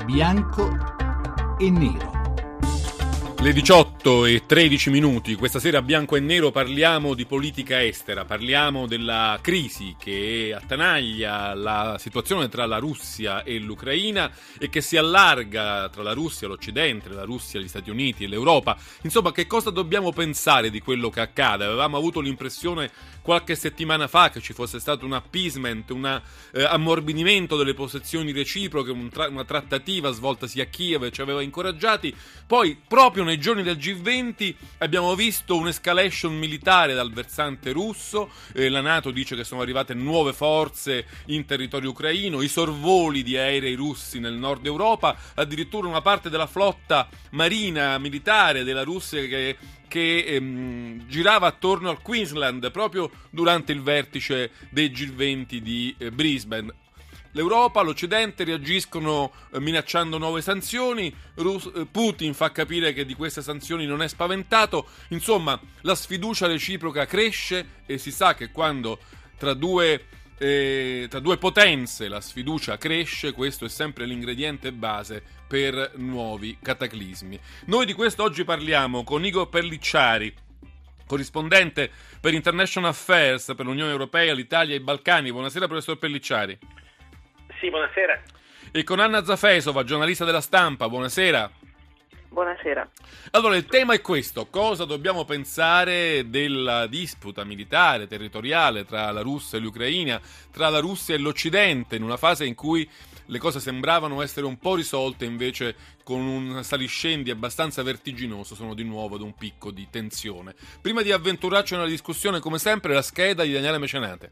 Bianco e nero. Le 18 e 13 minuti, questa sera a Bianco e Nero parliamo di politica estera, parliamo della crisi che attanaglia la situazione tra la Russia e l'Ucraina e che si allarga tra la Russia, l'Occidente, la Russia, gli Stati Uniti e l'Europa. Insomma, che cosa dobbiamo pensare di quello che accade? Avevamo avuto l'impressione qualche settimana fa che ci fosse stato un appeasement, un ammorbidimento delle posizioni reciproche, una trattativa svoltasi a Kiev e ci aveva incoraggiati. Poi, proprio nei giorni del G20 abbiamo visto un'escalation militare dal versante russo, la NATO dice che sono arrivate nuove forze in territorio ucraino, i sorvoli di aerei russi nel nord Europa, addirittura una parte della flotta marina militare della Russia che girava attorno al Queensland proprio durante il vertice dei G20 di Brisbane. L'Europa, l'Occidente reagiscono minacciando nuove sanzioni, Putin fa capire che di queste sanzioni non è spaventato, insomma la sfiducia reciproca cresce e si sa che quando tra due potenze la sfiducia cresce, questo è sempre l'ingrediente base per nuovi cataclismi. Noi di questo oggi parliamo con Igor Perlicciari, corrispondente per International Affairs per l'Unione Europea, l'Italia e i Balcani. Buonasera professor Perlicciari. Sì, buonasera. E con Anna Zafesova, giornalista della Stampa. Buonasera. Buonasera. Allora, il tema è questo: cosa dobbiamo pensare della disputa militare, territoriale tra la Russia e l'Ucraina, tra la Russia e l'Occidente, in una fase in cui le cose sembravano essere un po' risolte, invece con un saliscendi abbastanza vertiginoso sono di nuovo ad un picco di tensione. Prima di avventurarci nella discussione, come sempre, la scheda di Daniele Mecenate.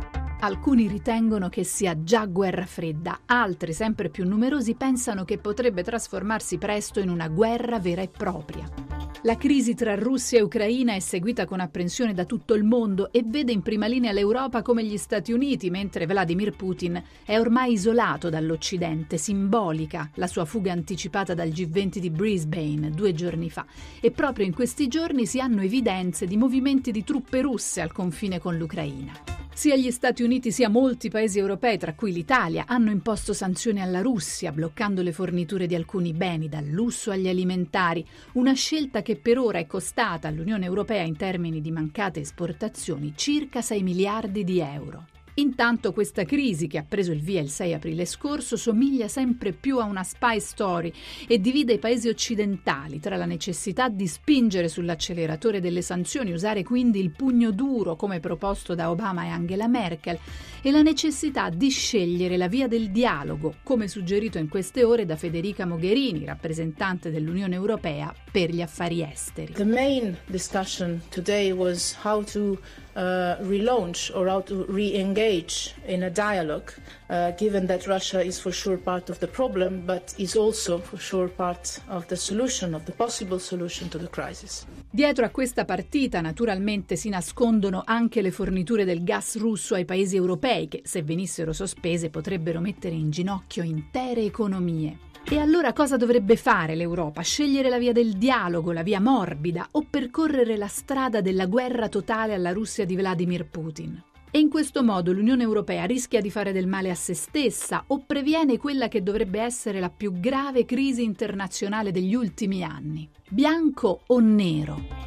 Alcuni ritengono che sia già guerra fredda, altri, sempre più numerosi, pensano che potrebbe trasformarsi presto in una guerra vera e propria. La crisi tra Russia e Ucraina è seguita con apprensione da tutto il mondo e vede in prima linea l'Europa come gli Stati Uniti, mentre Vladimir Putin è ormai isolato dall'Occidente, simbolica la sua fuga anticipata dal G20 di Brisbane 2 giorni fa. E proprio in questi giorni si hanno evidenze di movimenti di truppe russe al confine con l'Ucraina. Sia gli Stati Uniti sia molti paesi europei, tra cui l'Italia, hanno imposto sanzioni alla Russia, bloccando le forniture di alcuni beni, dal lusso agli alimentari, una scelta che per ora è costata all'Unione Europea in termini di mancate esportazioni circa 6 miliardi di euro. Intanto questa crisi, che ha preso il via il 6 aprile scorso, somiglia sempre più a una spy story e divide i paesi occidentali tra la necessità di spingere sull'acceleratore delle sanzioni, usare quindi il pugno duro come proposto da Obama e Angela Merkel, e la necessità di scegliere la via del dialogo, come suggerito in queste ore da Federica Mogherini, rappresentante dell'Unione Europea per gli affari esteri. The main discussion today was how to relaunch or how to re-engage in a dialogue, given that Russia is for sure part of the problem, but is also for sure part of the solution, of the possible solution to the crisis. Dietro a questa partita naturalmente si nascondono anche le forniture del gas russo ai paesi europei che, se venissero sospese, potrebbero mettere in ginocchio intere economie. E allora cosa dovrebbe fare l'Europa? Scegliere la via del dialogo, la via morbida, o percorrere la strada della guerra totale alla Russia di Vladimir Putin? E in questo modo l'Unione Europea rischia di fare del male a se stessa o previene quella che dovrebbe essere la più grave crisi internazionale degli ultimi anni? Bianco o nero?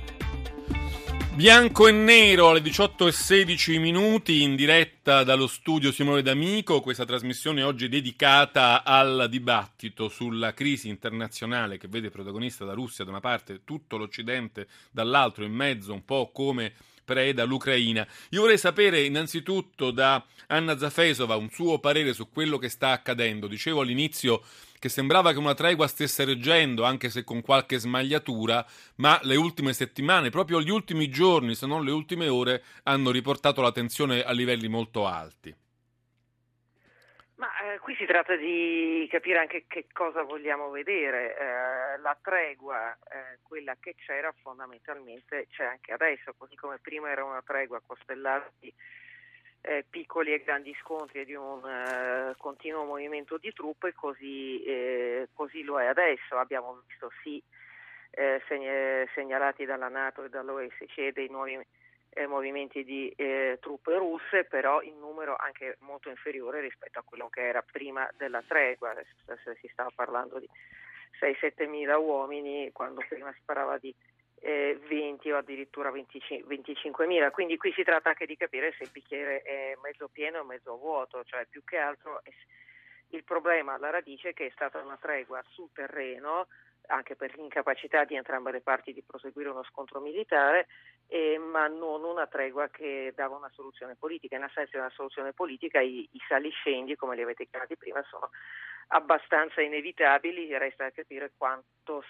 Bianco e nero alle 18:16 minuti, in diretta dallo studio Simone D'Amico. Questa trasmissione oggi è dedicata al dibattito sulla crisi internazionale che vede protagonista la Russia da una parte, tutto l'Occidente dall'altro, in mezzo un po' come preda l'Ucraina. Io vorrei sapere innanzitutto da Anna Zafesova un suo parere su quello che sta accadendo. Dicevo all'inizio che sembrava che una tregua stesse reggendo, anche se con qualche smagliatura, ma le ultime settimane, proprio gli ultimi giorni, se non le ultime ore, hanno riportato la tensione a livelli molto alti. Ma qui si tratta di capire anche che cosa vogliamo vedere. La tregua, quella che c'era, fondamentalmente c'è anche adesso, così come prima era una tregua costellata di piccoli e grandi scontri e di un continuo movimento di truppe, così lo è adesso. Abbiamo visto segnalati dalla NATO e dall'OSCE dei nuovi movimenti di truppe russe, però in numero anche molto inferiore rispetto a quello che era prima della tregua. Si stava parlando di 6-7 mila uomini, quando prima si parlava di 20 o addirittura 25 mila. Quindi qui si tratta anche di capire se il bicchiere è mezzo pieno o mezzo vuoto, cioè più che altro il problema alla radice è che è stata una tregua sul terreno, anche per l'incapacità di entrambe le parti di proseguire uno scontro militare, ma non una tregua che dava una soluzione politica. In assenza di una soluzione politica i saliscendi, come li avete chiamati prima, sono abbastanza inevitabili. Resta da capire quanto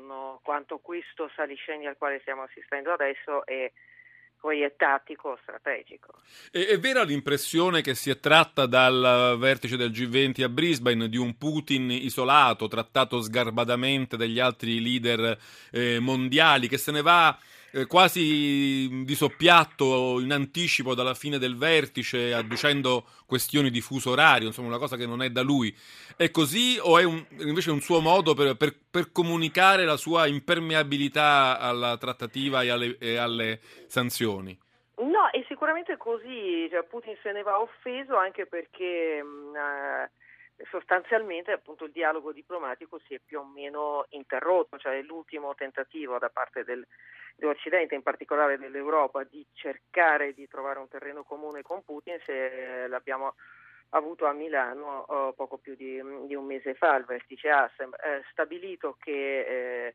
questo saliscendi al quale stiamo assistendo adesso poi è tattico o strategico. È vera l'impressione che si è tratta dal vertice del G20 a Brisbane di un Putin isolato, trattato sgarbatamente dagli altri leader mondiali, che se ne va quasi di soppiatto in anticipo dalla fine del vertice, adducendo questioni di fuso orario, insomma una cosa che non è da lui. È così o è invece un suo modo per comunicare la sua impermeabilità alla trattativa e alle sanzioni? No, è sicuramente così. Cioè, Putin se ne va offeso anche perché sostanzialmente appunto il dialogo diplomatico si è più o meno interrotto, cioè l'ultimo tentativo da parte dell'Occidente, in particolare dell'Europa, di cercare di trovare un terreno comune con Putin, se l'abbiamo avuto a Milano poco più di un mese fa, il vertice ASEM, stabilito che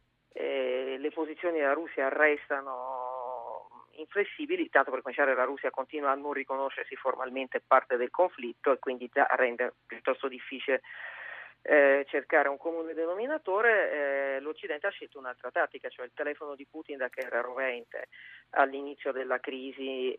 le posizioni della Russia restano inflessibili. Tanto per cominciare, la Russia continua a non riconoscersi formalmente parte del conflitto e quindi già rende piuttosto difficile cercare un comune denominatore. L'Occidente ha scelto un'altra tattica, cioè il telefono di Putin, da che era rovente all'inizio della crisi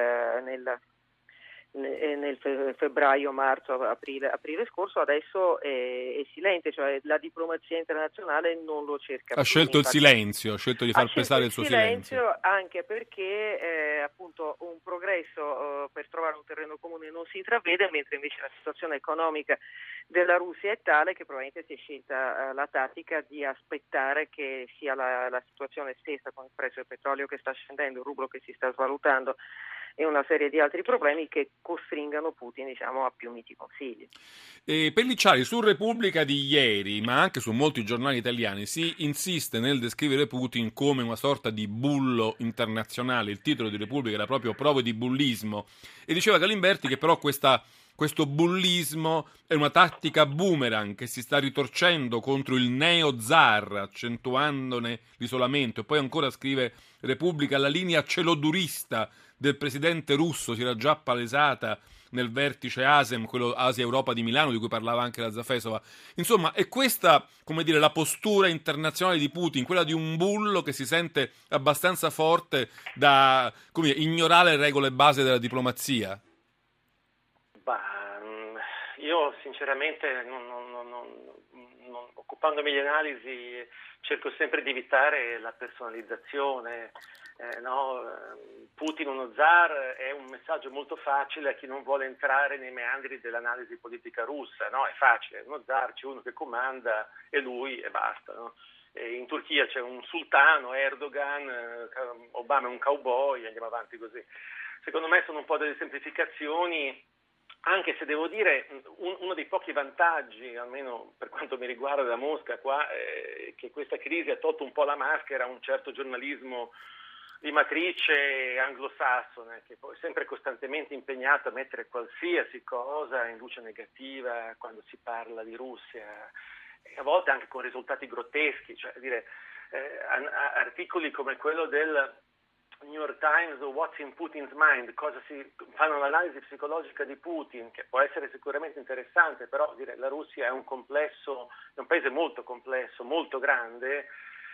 nel febbraio, marzo, aprile scorso, adesso è silente, cioè la diplomazia internazionale non lo cerca più. Ha scelto il silenzio, ha scelto di far pesare il suo silenzio. Anche perché appunto un progresso per trovare un terreno comune non si intravede, mentre invece la situazione economica della Russia è tale che probabilmente si è scelta la tattica di aspettare che sia la situazione stessa, con il prezzo del petrolio che sta scendendo, il rublo che si sta svalutando e una serie di altri problemi, che costringano Putin, a più miti consigli. Pellicciari, su Repubblica di ieri, ma anche su molti giornali italiani, si insiste nel descrivere Putin come una sorta di bullo internazionale. Il titolo di Repubblica era proprio Prove di bullismo, e diceva Galimberti che però questo bullismo è una tattica boomerang che si sta ritorcendo contro il neo-zar, accentuandone l'isolamento. E poi ancora scrive Repubblica: la linea celodurista del presidente russo si era già palesata nel vertice ASEM, quello Asia-Europa di Milano, di cui parlava anche la Zafesova. Insomma, è questa, la postura internazionale di Putin, quella di un bullo che si sente abbastanza forte da ignorare le regole base della diplomazia? Io sinceramente, occupandomi di analisi, cerco sempre di evitare la personalizzazione. Putin uno zar è un messaggio molto facile a chi non vuole entrare nei meandri dell'analisi politica russa, no? È facile, uno zar, c'è uno che comanda e lui e basta, no? E in Turchia c'è un sultano, Erdogan, Obama è un cowboy, andiamo avanti così. Secondo me sono un po' delle semplificazioni, anche se devo dire uno dei pochi vantaggi, almeno per quanto mi riguarda da Mosca qua, è che questa crisi ha tolto un po' la maschera a un certo giornalismo di matrice anglosassone, che poi è sempre costantemente impegnato a mettere qualsiasi cosa in luce negativa quando si parla di Russia, e a volte anche con risultati grotteschi, cioè articoli come quello del New York Times, What's in Putin's Mind, fanno l'analisi psicologica di Putin, che può essere sicuramente interessante, però la Russia è un paese molto complesso, molto grande,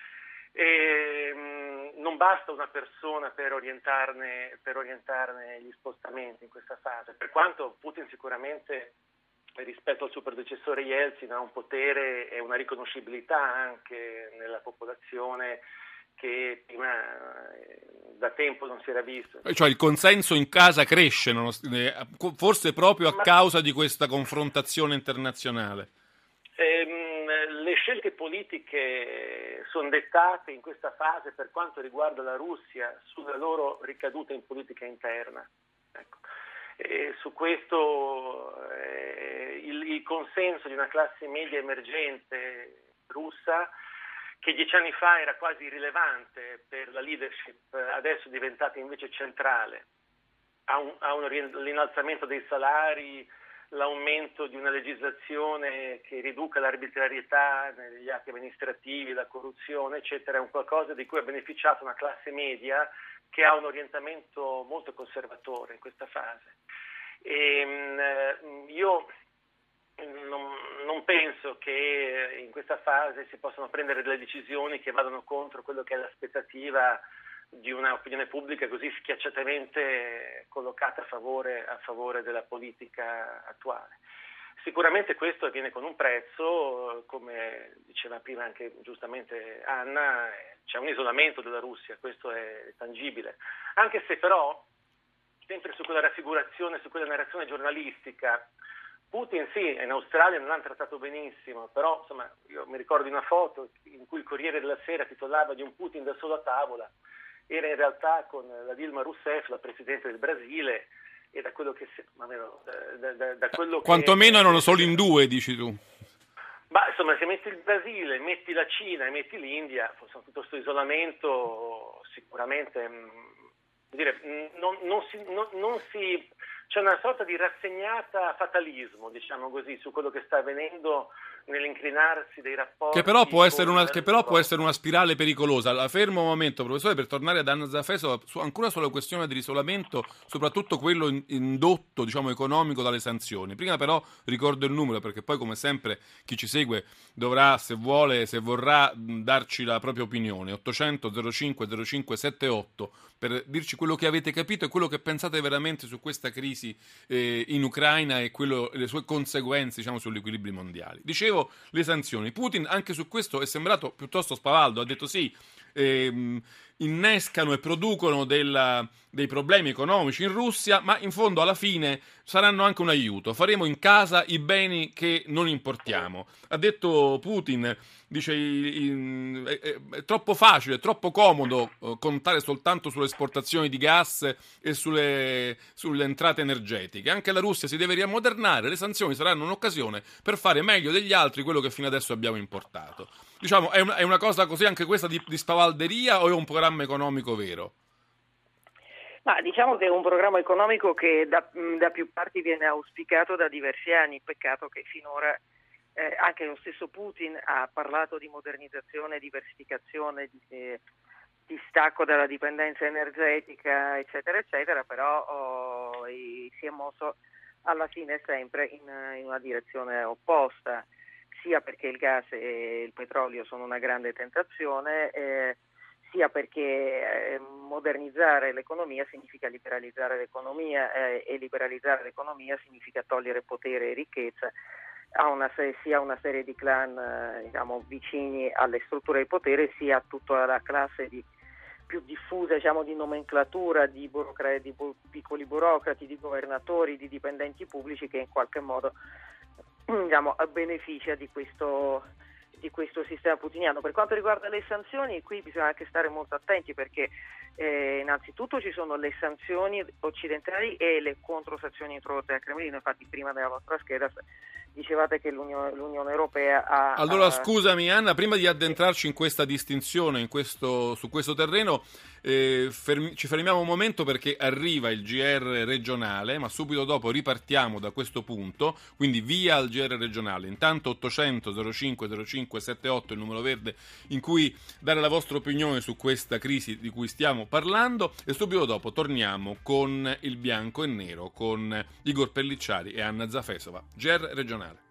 e non basta una persona per orientarne gli spostamenti in questa fase, per quanto Putin sicuramente rispetto al suo predecessore Yeltsin ha un potere e una riconoscibilità anche nella popolazione che prima da tempo non si era visto. Cioè il consenso in casa cresce, forse proprio a causa di questa confrontazione internazionale. Le scelte politiche sono dettate in questa fase per quanto riguarda la Russia sulla loro ricaduta in politica interna. Ecco. E su questo il consenso di una classe media emergente russa, che 10 anni fa era quasi irrilevante per la leadership, adesso è diventata invece centrale. L'innalzamento dei salari, l'aumento di una legislazione che riduca l'arbitrarietà negli atti amministrativi, la corruzione, eccetera, è un qualcosa di cui ha beneficiato una classe media che ha un orientamento molto conservatore in questa fase. Io non penso che in questa fase si possano prendere delle decisioni che vadano contro quello che è l'aspettativa di un'opinione pubblica così schiacciatamente collocata a favore della politica attuale. Sicuramente questo avviene con un prezzo, come diceva prima anche giustamente Anna, c'è un isolamento della Russia, questo è tangibile, anche se però, sempre su quella raffigurazione, su quella narrazione giornalistica, Putin sì, in Australia non hanno trattato benissimo, però insomma io mi ricordo di una foto in cui il Corriere della Sera titolava di un Putin da solo a tavola, era in realtà con la Dilma Rousseff, la Presidente del Brasile, e da quello che da quello quantomeno erano solo in due, dici tu. Ma insomma, se metti il Brasile, metti la Cina e metti l'India, tutto questo isolamento sicuramente c'è una sorta di rassegnata fatalismo, diciamo così, su quello che sta avvenendo nell'incrinarsi dei rapporti. Che però può essere una spirale pericolosa. La fermo un momento, professore, per tornare ad Anna Zafesova, ancora sulla questione dell'isolamento, soprattutto quello indotto, diciamo, economico dalle sanzioni. Prima però ricordo il numero, perché poi come sempre chi ci segue dovrà, se vorrà, darci la propria opinione. 800 05 05 78 per dirci quello che avete capito e quello che pensate veramente su questa crisi in Ucraina e le sue conseguenze, diciamo, sugli equilibri mondiali. Dicevo, le sanzioni. Putin anche su questo è sembrato piuttosto spavaldo, ha detto sì, innescano e producono dei problemi economici in Russia, ma in fondo alla fine saranno anche un aiuto. Faremo in casa i beni che non importiamo. Ha detto Putin, dice è troppo facile, è troppo comodo contare soltanto sulle esportazioni di gas e sulle entrate energetiche. Anche la Russia si deve riammodernare, le sanzioni saranno un'occasione per fare meglio degli altri quello che fino adesso abbiamo importato. Diciamo, è una cosa così anche questa di spavalderia o è un programma economico vero? Ma diciamo che è un programma economico che da più parti viene auspicato da diversi anni, peccato che finora anche lo stesso Putin ha parlato di modernizzazione, diversificazione, di stacco dalla dipendenza energetica, eccetera, eccetera, però si è mosso alla fine sempre in una direzione opposta, sia perché il gas e il petrolio sono una grande tentazione, sia perché modernizzare l'economia significa liberalizzare l'economia e liberalizzare l'economia significa togliere potere e ricchezza sia a una serie di clan diciamo, vicini alle strutture di potere, sia a tutta la classe più diffusa, diciamo, di nomenclatura, di piccoli burocrati, di governatori, di dipendenti pubblici che in qualche modo diciamo, beneficia di questo sistema putiniano. Per quanto riguarda le sanzioni, qui bisogna anche stare molto attenti perché innanzitutto ci sono le sanzioni occidentali e le controsanzioni introdotte dal Cremlino. Infatti prima nella vostra scheda dicevate che l'Unione Europea ha... Allora scusami Anna, prima di addentrarci in questa distinzione, su questo terreno, ci fermiamo un momento perché arriva il GR regionale, ma subito dopo ripartiamo da questo punto, quindi via al GR regionale. Intanto 800 05 05 78 il numero verde in cui dare la vostra opinione su questa crisi di cui stiamo parlando, e subito dopo torniamo con il bianco e nero con Igor Pellicciari e Anna Zafesova. GR regionale.